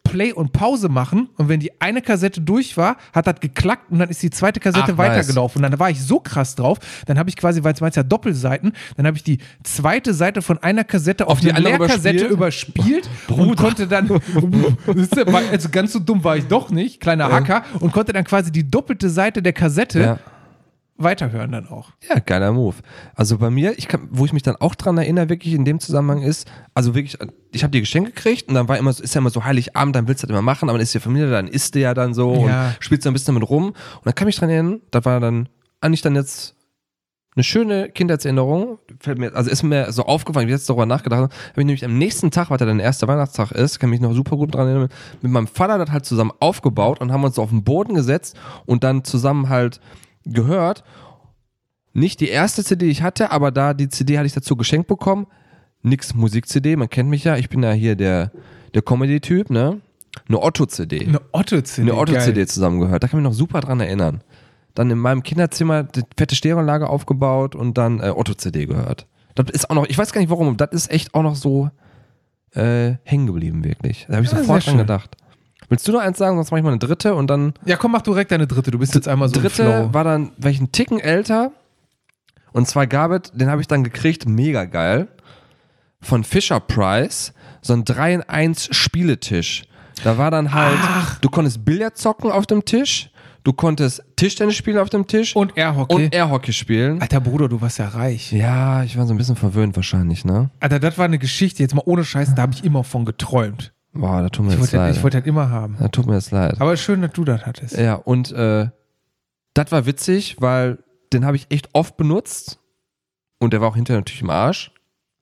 [SPEAKER 1] Play und Pause machen und wenn die eine Kassette durch war, hat das geklackt und dann ist die zweite Kassette
[SPEAKER 2] Ach,
[SPEAKER 1] weitergelaufen. Und dann war ich so krass drauf, dann habe ich quasi, weil es meint ja Doppelseiten, dann habe ich die zweite Seite von einer Kassette auf,
[SPEAKER 2] Auf die
[SPEAKER 1] eine
[SPEAKER 2] andere
[SPEAKER 1] Leerkassette überspielt und konnte dann, also ganz so dumm war ich doch nicht, kleiner Hacker, und konnte dann quasi die doppelte Seite der Kassette
[SPEAKER 2] Ja.
[SPEAKER 1] weiterhören dann auch.
[SPEAKER 2] Ja, geiler Move. Also bei mir, ich kann, wo ich mich dann auch dran erinnere, wirklich in dem Zusammenhang ist, also wirklich, ich habe die Geschenke gekriegt und dann war immer so, ist ja immer so Heiligabend, dann willst du das immer machen, aber dann ist die Familie, dann isst du ja dann so
[SPEAKER 1] Ja.
[SPEAKER 2] und spielst so ein bisschen damit rum. Und dann kann ich mich dran erinnern, da war dann eigentlich dann jetzt eine schöne Kindheitserinnerung, fällt mir, also ist mir so aufgefallen, wie ich jetzt darüber nachgedacht habe, habe ich nämlich am nächsten Tag, was ja dann der erste Weihnachtstag ist, kann mich noch super gut dran erinnern, mit meinem Vater das halt zusammen aufgebaut und haben uns so auf den Boden gesetzt und dann zusammen halt gehört. Nicht die erste C D, die ich hatte, aber da die C D hatte ich dazu geschenkt bekommen. Nix Musik-C D, man kennt mich ja, ich bin ja hier der, der Comedy-Typ, ne? Eine Otto-C D.
[SPEAKER 1] Eine Otto-C D.
[SPEAKER 2] Eine Otto-C D
[SPEAKER 1] geil.
[SPEAKER 2] zusammengehört. Da kann ich mich noch super dran erinnern. Dann in meinem Kinderzimmer die fette Stereoanlage aufgebaut und dann äh, Otto-C D gehört. Das ist auch noch, ich weiß gar nicht warum, das ist echt auch noch so äh, hängen geblieben, wirklich. Da habe ich
[SPEAKER 1] Ja,
[SPEAKER 2] sofort
[SPEAKER 1] sehr
[SPEAKER 2] dran
[SPEAKER 1] schön.
[SPEAKER 2] gedacht. Willst du noch eins sagen, sonst mache ich mal eine dritte und dann.
[SPEAKER 1] Ja, komm, mach direkt deine dritte. Du bist jetzt einmal so im
[SPEAKER 2] dritte
[SPEAKER 1] Flow.
[SPEAKER 2] war dann, war ich einen Ticken älter und zwar gab es, den habe ich dann gekriegt, mega geil, von Fisher Price, so ein drei in eins Spieletisch. Da war dann halt,
[SPEAKER 1] Ach.
[SPEAKER 2] du konntest Billard zocken auf dem Tisch, du konntest Tischtennis spielen auf dem Tisch
[SPEAKER 1] Und Airhockey.
[SPEAKER 2] und Airhockey spielen.
[SPEAKER 1] Alter Bruder, du warst ja reich.
[SPEAKER 2] Ja, ich war so ein bisschen verwöhnt wahrscheinlich, ne?
[SPEAKER 1] Alter, das war eine Geschichte, jetzt mal ohne Scheiß, da habe ich immer von geträumt.
[SPEAKER 2] Boah, da tut mir
[SPEAKER 1] Ich
[SPEAKER 2] jetzt
[SPEAKER 1] wollte
[SPEAKER 2] leid.
[SPEAKER 1] ich wollte das immer haben.
[SPEAKER 2] Da tut mir jetzt leid.
[SPEAKER 1] Aber schön, dass du das hattest.
[SPEAKER 2] Ja, und äh, das war witzig, weil den habe ich echt oft benutzt und der war auch hinterher natürlich im Arsch.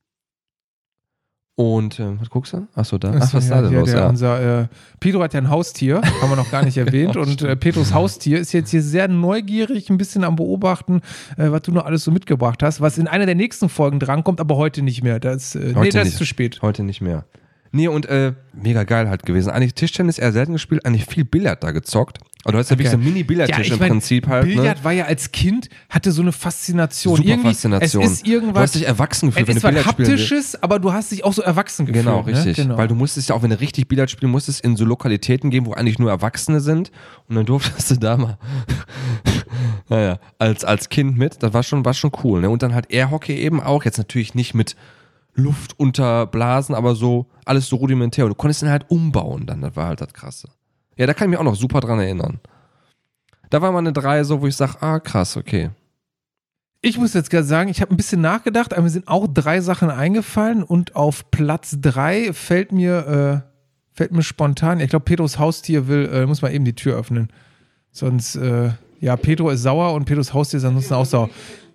[SPEAKER 2] Und, äh, was guckst du? Achso, da. Ach, was ist da denn
[SPEAKER 1] ja,
[SPEAKER 2] los?
[SPEAKER 1] der,
[SPEAKER 2] Ja.
[SPEAKER 1] Unser, äh, Pedro hat ja ein Haustier, haben wir noch gar nicht erwähnt. Und äh, Pedros Haustier ist jetzt hier sehr neugierig, ein bisschen am Beobachten, äh, was du noch alles so mitgebracht hast, was in einer der nächsten Folgen drankommt, aber heute nicht mehr. Das, äh, nee,
[SPEAKER 2] Heute
[SPEAKER 1] das
[SPEAKER 2] nicht.
[SPEAKER 1] ist zu spät.
[SPEAKER 2] Heute nicht mehr. Nee, und äh, mega geil halt gewesen. Eigentlich Tischtennis eher selten gespielt, eigentlich viel Billard da gezockt. Aber du hast ja wirklich so einen Mini-Billardtisch im
[SPEAKER 1] mein,
[SPEAKER 2] Prinzip halt.
[SPEAKER 1] Billard
[SPEAKER 2] Ne?
[SPEAKER 1] war ja als Kind, hatte so eine Faszination.
[SPEAKER 2] Super
[SPEAKER 1] Irgendwie,
[SPEAKER 2] Faszination.
[SPEAKER 1] Es ist
[SPEAKER 2] Du
[SPEAKER 1] irgendwas.
[SPEAKER 2] hast dich erwachsen gefühlt,
[SPEAKER 1] Es
[SPEAKER 2] wenn
[SPEAKER 1] ist
[SPEAKER 2] du
[SPEAKER 1] was
[SPEAKER 2] Billard spielen willst.
[SPEAKER 1] Haptisches, aber du hast dich auch so erwachsen gefühlt.
[SPEAKER 2] Genau, richtig.
[SPEAKER 1] Ne? Genau.
[SPEAKER 2] Weil du musstest ja auch, wenn du richtig Billard spielen musstest, in so Lokalitäten gehen, wo eigentlich nur Erwachsene sind. Und dann durftest du da mal, naja, als, als Kind mit. Das war schon, war schon cool. Ne? Und dann halt Airhockey eben auch. Jetzt natürlich nicht mit Luft unterblasen, aber so alles so rudimentär. Und du konntest ihn halt umbauen dann. Das war halt das Krasse. Ja, da kann ich mich auch noch super dran erinnern. Da war mal eine drei so, wo ich sage, ah, krass, okay.
[SPEAKER 1] Ich muss jetzt gerade sagen, ich habe ein bisschen nachgedacht, aber mir sind auch drei Sachen eingefallen und auf Platz drei fällt mir, äh, fällt mir spontan, ich glaube, Pedros Haustier will, äh, muss mal eben die Tür öffnen. Sonst, äh, ja, Pedro ist sauer und Pedros Haustier ist ansonsten auch sauer.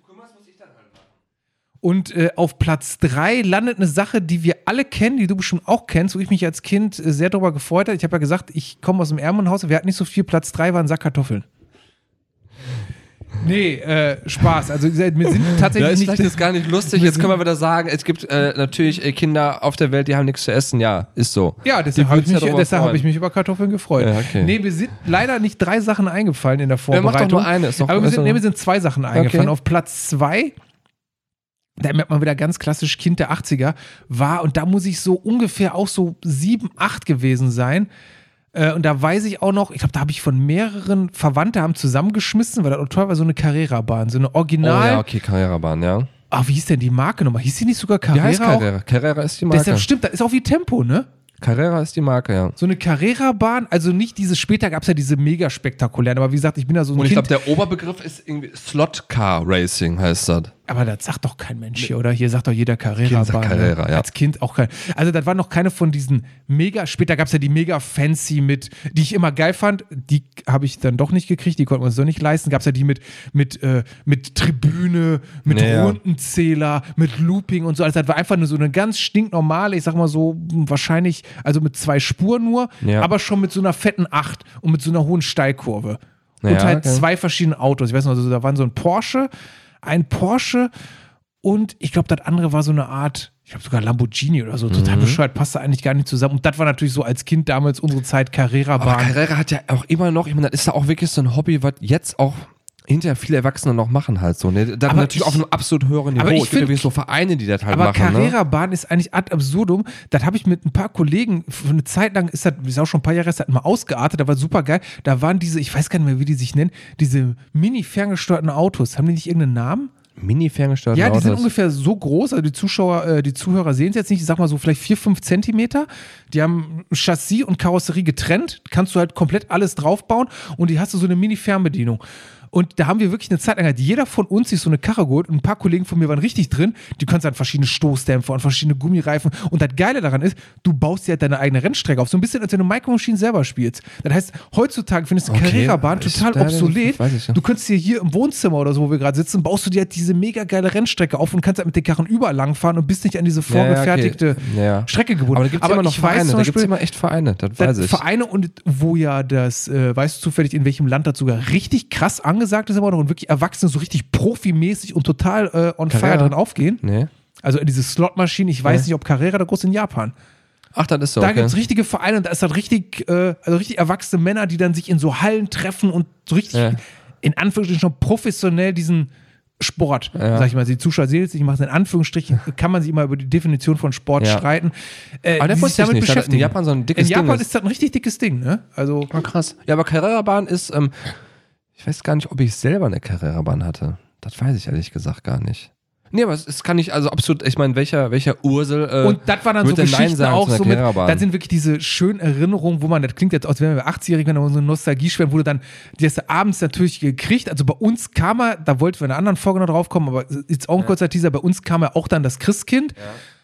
[SPEAKER 1] Und äh, auf Platz drei landet eine Sache, die wir alle kennen, die du bestimmt auch kennst, wo ich mich als Kind äh, sehr darüber gefreut habe. Ich habe ja gesagt, ich komme aus dem Ärmenhaus, wir hatten nicht so viel, Platz drei war ein Sack Kartoffeln. Nee, äh, Spaß. Also wir sind tatsächlich
[SPEAKER 2] Ja, ist
[SPEAKER 1] nicht.
[SPEAKER 2] vielleicht jetzt gar nicht lustig. Jetzt können wir wieder sagen, es gibt äh, natürlich äh, Kinder auf der Welt, die haben nichts zu essen. Ja, ist so.
[SPEAKER 1] Ja,
[SPEAKER 2] Die
[SPEAKER 1] deshalb habe ich,
[SPEAKER 2] würden's ja
[SPEAKER 1] mich-
[SPEAKER 2] darüber
[SPEAKER 1] deshalb hab
[SPEAKER 2] freuen.
[SPEAKER 1] ich mich über Kartoffeln gefreut.
[SPEAKER 2] Ja, okay.
[SPEAKER 1] Nee, mir sind leider nicht drei Sachen eingefallen in der
[SPEAKER 2] Ja, mach
[SPEAKER 1] Vorbereitung.
[SPEAKER 2] doch nur eine. Ist doch,
[SPEAKER 1] aber mir
[SPEAKER 2] ist
[SPEAKER 1] sind,
[SPEAKER 2] doch-
[SPEAKER 1] nee, mir sind zwei Sachen eingefallen.
[SPEAKER 2] Okay.
[SPEAKER 1] Auf Platz zwei, da merkt man wieder ganz klassisch Kind der achtziger, war, und da muss ich so ungefähr auch so sieben, acht gewesen sein. Äh, und da weiß ich auch noch, ich glaube, da habe ich von mehreren Verwandten haben zusammengeschmissen, weil das auch toll war, so eine Carrera-Bahn, so eine
[SPEAKER 2] Oh
[SPEAKER 1] Original.
[SPEAKER 2] ja, okay, Carrera-Bahn, ja.
[SPEAKER 1] Ah, wie hieß denn die Marke nochmal? Hieß die nicht sogar
[SPEAKER 2] Wie
[SPEAKER 1] Carrera?
[SPEAKER 2] heißt
[SPEAKER 1] auch?
[SPEAKER 2] Carrera? Carrera ist die Marke.
[SPEAKER 1] Deshalb stimmt, das ist auch wie Tempo, ne?
[SPEAKER 2] Carrera ist die Marke, ja.
[SPEAKER 1] So eine Carrera-Bahn, also nicht diese, später gab es ja diese mega spektakulären, aber wie gesagt, ich bin da so ein
[SPEAKER 2] Und ich
[SPEAKER 1] Kind.
[SPEAKER 2] glaube, der Oberbegriff ist irgendwie Slot Car Racing, heißt das.
[SPEAKER 1] Aber das sagt doch kein Mensch hier, oder? Hier sagt doch jeder
[SPEAKER 2] Kind
[SPEAKER 1] Carrera-Bahn.
[SPEAKER 2] sagt Carrera,
[SPEAKER 1] ne?
[SPEAKER 2] ja.
[SPEAKER 1] Als Kind auch kein. Also das war noch keine von diesen mega, später gab es ja die mega fancy mit, die ich immer geil fand, die habe ich dann doch nicht gekriegt, die konnten wir uns so nicht leisten. Gab es ja die mit, mit, äh, mit Tribüne, mit
[SPEAKER 2] Naja.
[SPEAKER 1] Rundenzähler, mit Looping und so. Also das war einfach nur so eine ganz stinknormale, ich sag mal so, wahrscheinlich, also mit zwei Spuren nur,
[SPEAKER 2] Ja.
[SPEAKER 1] aber schon mit so einer fetten Acht und mit so einer hohen Steilkurve. Und
[SPEAKER 2] Ja,
[SPEAKER 1] halt
[SPEAKER 2] okay.
[SPEAKER 1] zwei verschiedene Autos. Ich weiß noch, also da waren so ein Porsche, ein Porsche und ich glaube, das andere war so eine Art, ich glaube sogar Lamborghini oder so. Total
[SPEAKER 2] Mhm.
[SPEAKER 1] bescheuert, passte eigentlich gar nicht zusammen. Und das war natürlich so als Kind damals unsere Zeit
[SPEAKER 2] Aber
[SPEAKER 1] Carrera-Bahn.
[SPEAKER 2] Carrera hat ja auch immer noch, ich meine, das ist ja auch wirklich so ein Hobby, was jetzt auch hinterher viele Erwachsene noch machen halt so. Ne? Dann
[SPEAKER 1] Aber
[SPEAKER 2] natürlich
[SPEAKER 1] ich-
[SPEAKER 2] auf einem absolut höheren Niveau.
[SPEAKER 1] aber ich
[SPEAKER 2] Es gibt
[SPEAKER 1] find-
[SPEAKER 2] ja so Vereine, die das halt
[SPEAKER 1] Aber
[SPEAKER 2] machen. Ne?
[SPEAKER 1] Carrera-Bahn ist eigentlich ad absurdum. Das habe ich mit ein paar Kollegen, für eine Zeit lang, ist das, ist auch schon ein paar Jahre, ist das mal ausgeartet, da war super geil. Da waren diese, ich weiß gar nicht mehr, wie die sich nennen, diese mini-ferngesteuerten Autos. Haben die nicht irgendeinen Namen?
[SPEAKER 2] Mini-ferngesteuerte
[SPEAKER 1] Ja, die
[SPEAKER 2] Autos.
[SPEAKER 1] sind ungefähr so groß, also die Zuschauer, äh, die Zuhörer sehen es jetzt nicht, ich sag mal so vielleicht vier, fünf Zentimeter. Die haben Chassis und Karosserie getrennt, kannst du halt komplett alles draufbauen und die hast du so eine Mini-Fernbedienung. Und da haben wir wirklich eine Zeit lang, hat jeder von uns sich so eine Karre geholt und ein paar Kollegen von mir waren richtig drin. Die kannst halt verschiedene Stoßdämpfer und verschiedene Gummireifen. Und das Geile daran ist, du baust dir halt deine eigene Rennstrecke auf. So ein bisschen, als wenn du Micro Machines selber spielst. Das heißt, heutzutage findest du
[SPEAKER 2] Okay,
[SPEAKER 1] Carrera-Bahn
[SPEAKER 2] ist
[SPEAKER 1] total
[SPEAKER 2] da-
[SPEAKER 1] obsolet.
[SPEAKER 2] weiß ich, ja.
[SPEAKER 1] Du könntest dir hier im Wohnzimmer oder so, wo wir gerade sitzen, baust du dir halt diese mega geile Rennstrecke auf und kannst halt mit den Karren überall langfahren und bist nicht an diese
[SPEAKER 2] Ja, ja, okay.
[SPEAKER 1] vorgefertigte
[SPEAKER 2] Ja.
[SPEAKER 1] Strecke gebunden.
[SPEAKER 2] Aber da gibt es immer noch
[SPEAKER 1] ich weiß
[SPEAKER 2] Vereine.
[SPEAKER 1] zum
[SPEAKER 2] Da gibt es
[SPEAKER 1] Beispiel,
[SPEAKER 2] immer echt Vereine. Das
[SPEAKER 1] das
[SPEAKER 2] weiß ich.
[SPEAKER 1] Vereine und wo ja das, äh, weißt du zufällig, in welchem Land das sogar richtig krass angesagt ist, aber noch und wirklich Erwachsene so richtig profimäßig und total äh, on
[SPEAKER 2] Carrera?
[SPEAKER 1] fire drin aufgehen.
[SPEAKER 2] Nee.
[SPEAKER 1] Also diese Slotmaschinen, ich weiß
[SPEAKER 2] Nee.
[SPEAKER 1] nicht, ob Carrera da groß in Japan.
[SPEAKER 2] Ach, das ist so.
[SPEAKER 1] Da
[SPEAKER 2] okay.
[SPEAKER 1] gibt es richtige Vereine und da ist halt richtig, äh, also richtig erwachsene Männer, die dann sich in so Hallen treffen und so richtig,
[SPEAKER 2] Ja.
[SPEAKER 1] in Anführungsstrichen schon professionell diesen Sport,
[SPEAKER 2] Ja.
[SPEAKER 1] sag ich mal, die Zuschauer sehen es nicht, ich mache es in Anführungsstrichen, kann man sich immer über die Definition von Sport
[SPEAKER 2] Ja.
[SPEAKER 1] streiten. Äh,
[SPEAKER 2] Aber der
[SPEAKER 1] die sich
[SPEAKER 2] wusste ich
[SPEAKER 1] damit
[SPEAKER 2] nicht, dass das in
[SPEAKER 1] beschäftigen.
[SPEAKER 2] Japan so ein dickes
[SPEAKER 1] In Japan
[SPEAKER 2] Ding ist.
[SPEAKER 1] ist das ein richtig dickes Ding, ne? Also,
[SPEAKER 2] Ah, krass. Ja, aber Carrera-Bahn ist, ähm, ich weiß gar nicht, ob ich selber eine Carrera-Bahn hatte. Das weiß ich ehrlich gesagt gar nicht. Nee, aber es, es kann ich, also absolut, ich meine, welcher, welcher Ursel äh,
[SPEAKER 1] und das war dann so
[SPEAKER 2] wird denn Nein
[SPEAKER 1] Geschichten
[SPEAKER 2] sagen
[SPEAKER 1] auch
[SPEAKER 2] zu einer
[SPEAKER 1] so mit,
[SPEAKER 2] Carrera-Bahn?
[SPEAKER 1] das sind wirklich diese schönen Erinnerungen, wo man, das klingt jetzt, als wären wir achtzigjährige, wenn wir so eine Nostalgie schwärmen, wo du dann, die hast du abends natürlich gekriegt, also bei uns kam er, da wollten wir in einer anderen Folge noch drauf kommen, aber jetzt auch ein kurzer Teaser, bei uns kam er auch dann das Christkind.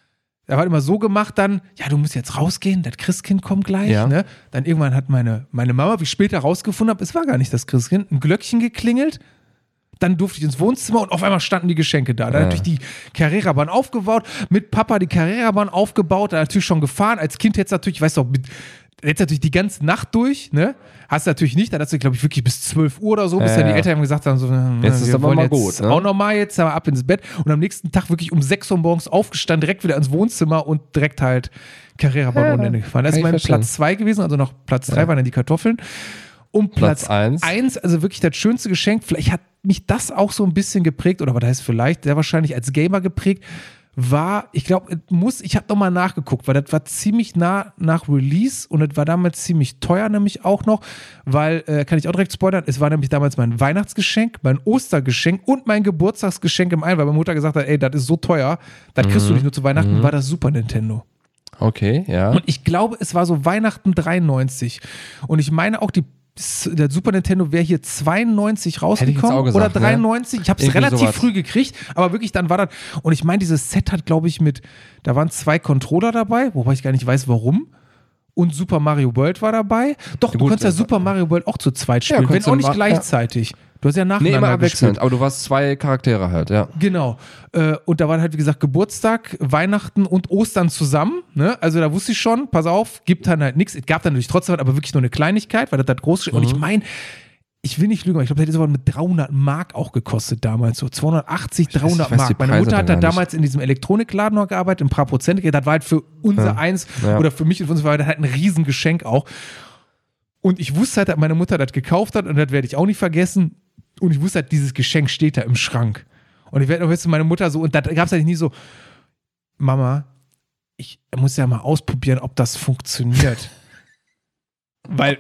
[SPEAKER 1] Da war immer so gemacht dann, ja, du musst jetzt rausgehen, das Christkind kommt gleich,
[SPEAKER 2] Ja.
[SPEAKER 1] ne? Dann irgendwann hat meine, meine Mama, wie ich später rausgefunden habe, es war gar nicht das Christkind, ein Glöckchen geklingelt. Dann durfte ich ins Wohnzimmer und auf einmal standen die Geschenke da. Da
[SPEAKER 2] Ja.
[SPEAKER 1] natürlich die Carrera-Bahn aufgebaut, mit Papa die Carrera-Bahn aufgebaut, da natürlich schon gefahren. Als Kind hättest du natürlich, weißt du, mit, hättest natürlich die ganze Nacht durch, ne? Hast du natürlich nicht, da hast du, glaube ich, wirklich bis zwölf Uhr oder so, bis
[SPEAKER 2] Ja,
[SPEAKER 1] dann die
[SPEAKER 2] ja.
[SPEAKER 1] Eltern haben gesagt haben, so, na,
[SPEAKER 2] Jetzt ist
[SPEAKER 1] wir
[SPEAKER 2] aber
[SPEAKER 1] wollen
[SPEAKER 2] mal
[SPEAKER 1] jetzt
[SPEAKER 2] gut, ne?
[SPEAKER 1] auch nochmal jetzt aber ab ins Bett. Und am nächsten Tag wirklich um sechs Uhr morgens aufgestanden, direkt wieder ins Wohnzimmer und direkt halt Carrera-Bahn
[SPEAKER 2] Ja,
[SPEAKER 1] ohne Ende gefahren. Das
[SPEAKER 2] kann
[SPEAKER 1] ist
[SPEAKER 2] ich
[SPEAKER 1] mein
[SPEAKER 2] verstehen.
[SPEAKER 1] Platz zwei gewesen, also noch Platz drei waren dann die Kartoffeln. Und
[SPEAKER 2] Platz
[SPEAKER 1] Platz
[SPEAKER 2] eins.
[SPEAKER 1] eins, also wirklich das schönste Geschenk, vielleicht hat mich das auch so ein bisschen geprägt, oder was heißt vielleicht, sehr wahrscheinlich als Gamer geprägt, war, ich glaube, muss, ich habe nochmal nachgeguckt, weil das war ziemlich nah nach Release und es war damals ziemlich teuer nämlich auch noch, weil, äh, kann ich auch direkt spoilern, es war nämlich damals mein Weihnachtsgeschenk, mein Ostergeschenk und mein Geburtstagsgeschenk im einen, weil meine Mutter gesagt hat, ey, das ist so teuer, das kriegst du nicht nur zu Weihnachten, war das Super Nintendo.
[SPEAKER 2] Okay, ja.
[SPEAKER 1] Und ich glaube, es war so Weihnachten dreiundneunzig. Und ich meine auch, die, der Super Nintendo wäre hier zweiundneunzig
[SPEAKER 2] Hätte ich jetzt
[SPEAKER 1] rausgekommen
[SPEAKER 2] auch gesagt,
[SPEAKER 1] oder dreiundneunzig. Ich habe es
[SPEAKER 2] Irgendwie
[SPEAKER 1] relativ
[SPEAKER 2] sowas.
[SPEAKER 1] früh gekriegt, aber wirklich dann war das. Und ich meine, dieses Set hat, glaube ich, mit, da waren zwei Controller dabei, wobei ich gar nicht weiß, warum. Und Super Mario World war dabei. Doch, du
[SPEAKER 2] gut,
[SPEAKER 1] kannst ja
[SPEAKER 2] das-
[SPEAKER 1] Super Mario World auch zu zweit spielen, wenn
[SPEAKER 2] konntest
[SPEAKER 1] auch
[SPEAKER 2] du
[SPEAKER 1] nicht
[SPEAKER 2] ma-
[SPEAKER 1] gleichzeitig. Du hast ja
[SPEAKER 2] Nee,
[SPEAKER 1] nacheinander
[SPEAKER 2] immer
[SPEAKER 1] gespielt.
[SPEAKER 2] abwechselnd, aber du warst zwei Charaktere halt, ja.
[SPEAKER 1] Genau. Äh, und da waren halt, wie gesagt, Geburtstag, Weihnachten und Ostern zusammen. Ne? Also da wusste ich schon, pass auf, gibt dann halt nichts. Es gab dann natürlich trotzdem was, aber wirklich nur eine Kleinigkeit, weil das hat groß. Und ich meine, ich will nicht lügen, aber ich glaube, das hätte sogar mit dreihundert Mark auch gekostet damals. So zweihundertachtzig,
[SPEAKER 2] weiß- ich
[SPEAKER 1] dreihundert
[SPEAKER 2] weiß die
[SPEAKER 1] Mark. Meine
[SPEAKER 2] Preise
[SPEAKER 1] Mutter hat da
[SPEAKER 2] dann gar nicht.
[SPEAKER 1] damals in diesem Elektronikladen noch gearbeitet, ein paar Prozent. Das war halt für unser
[SPEAKER 2] Ja.
[SPEAKER 1] eins
[SPEAKER 2] Ja.
[SPEAKER 1] oder für mich und für uns war das halt ein Riesengeschenk auch. Und ich wusste halt, dass meine Mutter das gekauft hat und das werde ich auch nicht vergessen. Und ich wusste halt, dieses Geschenk steht da im Schrank. Und ich werde auch wissen, meine Mutter so, und da gab es halt nie so, Mama, ich muss ja mal ausprobieren, ob das funktioniert. weil,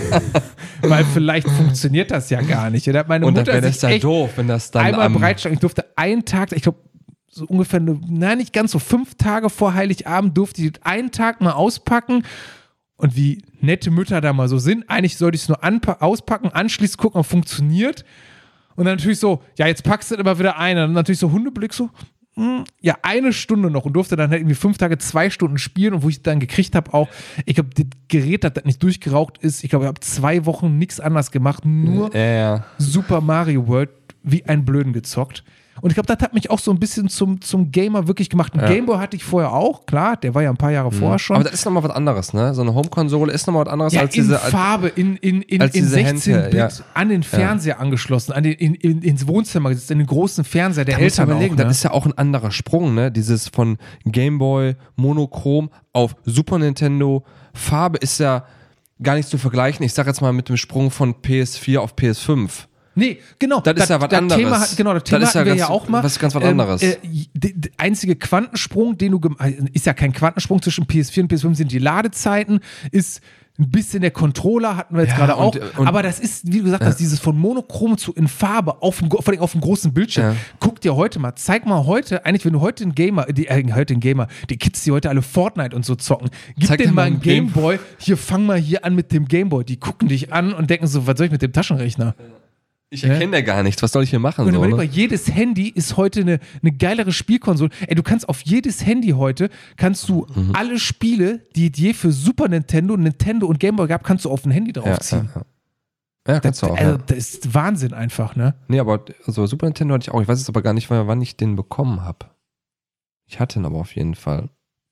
[SPEAKER 1] weil vielleicht funktioniert das ja gar nicht. Und da hat meine
[SPEAKER 2] Und dann
[SPEAKER 1] Mutter
[SPEAKER 2] wäre das
[SPEAKER 1] sich
[SPEAKER 2] ja
[SPEAKER 1] echt
[SPEAKER 2] doof, wenn das dann
[SPEAKER 1] einmal
[SPEAKER 2] am,
[SPEAKER 1] bereitstellen. Ich durfte einen Tag, ich glaube, so ungefähr, eine, nein, nicht ganz so fünf Tage vor Heiligabend durfte ich einen Tag mal auspacken. Und wie nette Mütter da mal so sind, eigentlich sollte ich es nur anpa- auspacken, anschließend gucken, ob es funktioniert. Und dann natürlich so, ja, jetzt packst du das immer wieder ein. Und dann natürlich so Hundeblick so, hm, ja, eine Stunde noch und durfte dann halt irgendwie fünf Tage, zwei Stunden spielen. Und wo ich dann gekriegt habe auch, ich glaube, das Gerät, das, das nicht durchgeraucht ist, ich glaube, ich habe zwei Wochen nichts anderes gemacht, nur
[SPEAKER 2] Ja, ja.
[SPEAKER 1] Super Mario World wie ein Blöden gezockt. Und ich glaube, das hat mich auch so ein bisschen zum, zum Gamer wirklich gemacht. Ein
[SPEAKER 2] Ja.
[SPEAKER 1] Gameboy hatte ich vorher auch, klar, der war ja ein paar Jahre vorher schon.
[SPEAKER 2] Aber das ist nochmal was anderes, ne? So eine Home-Konsole ist nochmal was anderes
[SPEAKER 1] ja,
[SPEAKER 2] als
[SPEAKER 1] in
[SPEAKER 2] diese. Als,
[SPEAKER 1] Farbe, in, in, in,
[SPEAKER 2] als
[SPEAKER 1] in
[SPEAKER 2] diese
[SPEAKER 1] sechzehn Bit,
[SPEAKER 2] Handheld, ja.
[SPEAKER 1] an den Fernseher angeschlossen, an den, in, in, ins Wohnzimmer gesetzt, in den großen Fernseher der
[SPEAKER 2] da musst du
[SPEAKER 1] Eltern
[SPEAKER 2] überlegen,
[SPEAKER 1] auch, ne?
[SPEAKER 2] das ist ja auch ein anderer Sprung, ne? Dieses von Gameboy, Monochrom auf Super Nintendo. Farbe ist ja gar nicht zu vergleichen. Ich sag jetzt mal mit dem Sprung von P S vier auf P S fünf.
[SPEAKER 1] Nee, genau.
[SPEAKER 2] Das ist ja was anderes.
[SPEAKER 1] Thema, hat- genau, das Thema
[SPEAKER 2] Das ist ja
[SPEAKER 1] hatten wir
[SPEAKER 2] ganz-
[SPEAKER 1] ja auch mal.
[SPEAKER 2] was ganz was anderes.
[SPEAKER 1] Ähm, äh, der einzige Quantensprung, den du, gem- ist ja kein Quantensprung zwischen P S vier und P S fünf, sind die Ladezeiten, ist ein bisschen der Controller, hatten wir jetzt
[SPEAKER 2] Ja,
[SPEAKER 1] gerade auch.
[SPEAKER 2] und- und-
[SPEAKER 1] aber das ist, wie du gesagt hast, dieses von Monochrom zu in Farbe, auf dem, vor allem auf dem großen Bildschirm.
[SPEAKER 2] Ja.
[SPEAKER 1] Guck dir heute mal, zeig mal heute, eigentlich, wenn du heute einen Gamer, die, äh, heute einen Gamer, die Kids, die heute alle Fortnite und so zocken, gib
[SPEAKER 2] Zeig
[SPEAKER 1] denen
[SPEAKER 2] dir
[SPEAKER 1] mal
[SPEAKER 2] mal
[SPEAKER 1] einen
[SPEAKER 2] einen Game-
[SPEAKER 1] Gameboy, hier, fang mal hier an mit dem Gameboy. Die gucken dich an und denken so, was soll ich mit dem Taschenrechner?
[SPEAKER 2] Ich erkenne ja gar nichts. Was soll ich hier machen?
[SPEAKER 1] Und
[SPEAKER 2] So,
[SPEAKER 1] überleg mal,
[SPEAKER 2] ne?
[SPEAKER 1] jedes Handy ist heute eine, eine geilere Spielkonsole. Ey, du kannst auf jedes Handy heute, kannst du
[SPEAKER 2] Mhm.
[SPEAKER 1] alle Spiele, die es je für Super Nintendo, Nintendo und Game Boy gab, kannst du auf ein Handy
[SPEAKER 2] Ja,
[SPEAKER 1] draufziehen.
[SPEAKER 2] ja, ja. ja, kannst
[SPEAKER 1] Das,
[SPEAKER 2] du auch.
[SPEAKER 1] also,
[SPEAKER 2] Ja.
[SPEAKER 1] das ist Wahnsinn einfach, ne?
[SPEAKER 2] Nee, aber also Super Nintendo hatte ich auch. Ich weiß jetzt aber gar nicht, wann ich den bekommen habe. Ich hatte ihn aber auf jeden Fall.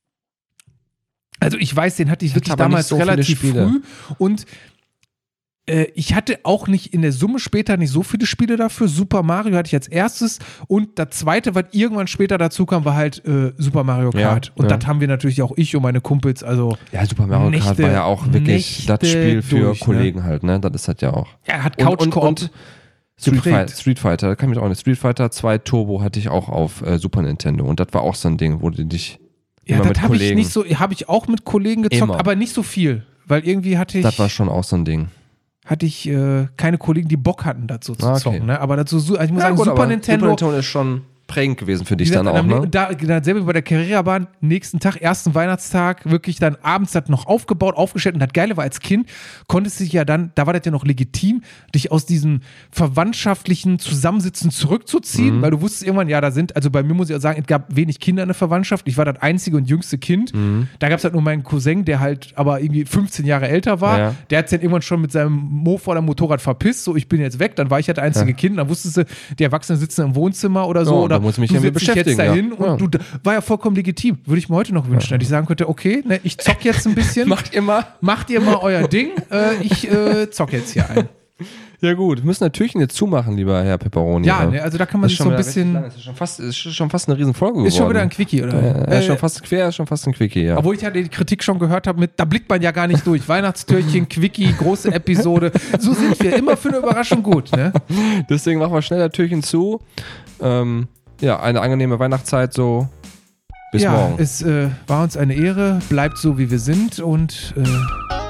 [SPEAKER 1] Also ich weiß, den hatte ich,
[SPEAKER 2] Ich
[SPEAKER 1] wirklich
[SPEAKER 2] hatte aber
[SPEAKER 1] damals
[SPEAKER 2] nicht so viele
[SPEAKER 1] relativ
[SPEAKER 2] Spiele.
[SPEAKER 1] früh und äh, ich hatte auch nicht in der Summe später nicht so viele Spiele dafür. Super Mario hatte ich als erstes und das zweite, was irgendwann später dazu kam, war halt äh, Super Mario Kart.
[SPEAKER 2] Ja,
[SPEAKER 1] und
[SPEAKER 2] ja.
[SPEAKER 1] das haben wir natürlich auch ich und meine Kumpels, also
[SPEAKER 2] Ja, Super Mario Kart
[SPEAKER 1] Nächte-
[SPEAKER 2] war ja auch wirklich
[SPEAKER 1] Nächte
[SPEAKER 2] das Spiel für
[SPEAKER 1] durch, ne?
[SPEAKER 2] Kollegen halt, ne? Das ist halt ja auch.
[SPEAKER 1] er hat
[SPEAKER 2] Und- und-
[SPEAKER 1] Couch-Koop.
[SPEAKER 2] und Street,
[SPEAKER 1] geprägt.
[SPEAKER 2] Fight, Street Fighter, da kann ich mich auch nicht. Street Fighter zwei Turbo hatte ich auch auf äh, Super Nintendo und das war auch so ein Ding, wo du dich
[SPEAKER 1] Ja,
[SPEAKER 2] immer
[SPEAKER 1] das
[SPEAKER 2] mit
[SPEAKER 1] habe ich
[SPEAKER 2] Kollegen.
[SPEAKER 1] nicht so, habe ich auch mit Kollegen gezockt,
[SPEAKER 2] Immer.
[SPEAKER 1] aber nicht so viel, weil irgendwie hatte ich,
[SPEAKER 2] Das war schon auch so ein Ding.
[SPEAKER 1] hatte ich äh, keine Kollegen, die Bock hatten, dazu zu
[SPEAKER 2] Ah, okay.
[SPEAKER 1] zocken. Ne? Aber dazu, ich muss sagen,
[SPEAKER 2] gut,
[SPEAKER 1] Super
[SPEAKER 2] aber
[SPEAKER 1] Nintendo,
[SPEAKER 2] Super Nintendo ist schon prägend gewesen für dich
[SPEAKER 1] wie gesagt,
[SPEAKER 2] dann auch,
[SPEAKER 1] am,
[SPEAKER 2] ne?
[SPEAKER 1] da, da selber bei der Carrera-Bahn, nächsten Tag, ersten Weihnachtstag, wirklich dann abends das noch aufgebaut, aufgestellt. Und das Geile war, als Kind konntest du dich ja dann, da war das ja noch legitim, dich aus diesem verwandtschaftlichen Zusammensitzen zurückzuziehen,
[SPEAKER 2] Mhm.
[SPEAKER 1] weil du wusstest irgendwann, ja, da sind, also bei mir muss ich auch sagen, es gab wenig Kinder in der Verwandtschaft. Ich war das einzige und jüngste Kind.
[SPEAKER 2] Mhm.
[SPEAKER 1] Da gab es halt nur meinen Cousin, der halt aber irgendwie fünfzehn Jahre älter war.
[SPEAKER 2] Ja.
[SPEAKER 1] Der hat sich dann irgendwann schon mit seinem Mofa oder Motorrad verpisst. So, ich bin jetzt weg. Dann war ich halt das einzige
[SPEAKER 2] Ja.
[SPEAKER 1] Kind. Dann wusstest du, die Erwachsenen sitzen im Wohnzimmer oder so.
[SPEAKER 2] Ja,
[SPEAKER 1] oder
[SPEAKER 2] da muss ich mich
[SPEAKER 1] du
[SPEAKER 2] ja mit
[SPEAKER 1] setzt dich jetzt
[SPEAKER 2] beschäftigen,
[SPEAKER 1] dahin
[SPEAKER 2] ja.
[SPEAKER 1] und
[SPEAKER 2] Ja.
[SPEAKER 1] du da- war ja vollkommen legitim. Würde ich mir heute noch wünschen, dass ich sagen könnte, okay, ne, ich zock jetzt ein bisschen.
[SPEAKER 2] Macht ihr mal.
[SPEAKER 1] Macht ihr mal euer Ding. Äh, ich äh, zock jetzt hier ein.
[SPEAKER 2] Ja gut, wir müssen das Türchen jetzt zumachen, lieber Herr Pepperoni.
[SPEAKER 1] Ja, ne, also da kann man
[SPEAKER 2] Das ist
[SPEAKER 1] sich so ein
[SPEAKER 2] schon wieder richtig
[SPEAKER 1] bisschen.
[SPEAKER 2] lang. Das ist schon fast, ist schon fast eine Riesenfolge geworden.
[SPEAKER 1] Ist schon wieder ein Quickie, oder?
[SPEAKER 2] Ja,
[SPEAKER 1] Äh,
[SPEAKER 2] ist schon fast quer, ist schon fast ein Quickie, ja.
[SPEAKER 1] Obwohl ich ja die Kritik schon gehört habe mit, da blickt man ja gar nicht durch. Weihnachtstürchen, Quickie, große Episode. So sind wir. Immer für eine Überraschung gut, ne?
[SPEAKER 2] Deswegen machen wir schnell das Türchen zu. Ähm, ja, eine angenehme Weihnachtszeit so. Bis
[SPEAKER 1] ja,
[SPEAKER 2] morgen.
[SPEAKER 1] es äh, war uns eine Ehre. Bleibt so, wie wir sind und äh,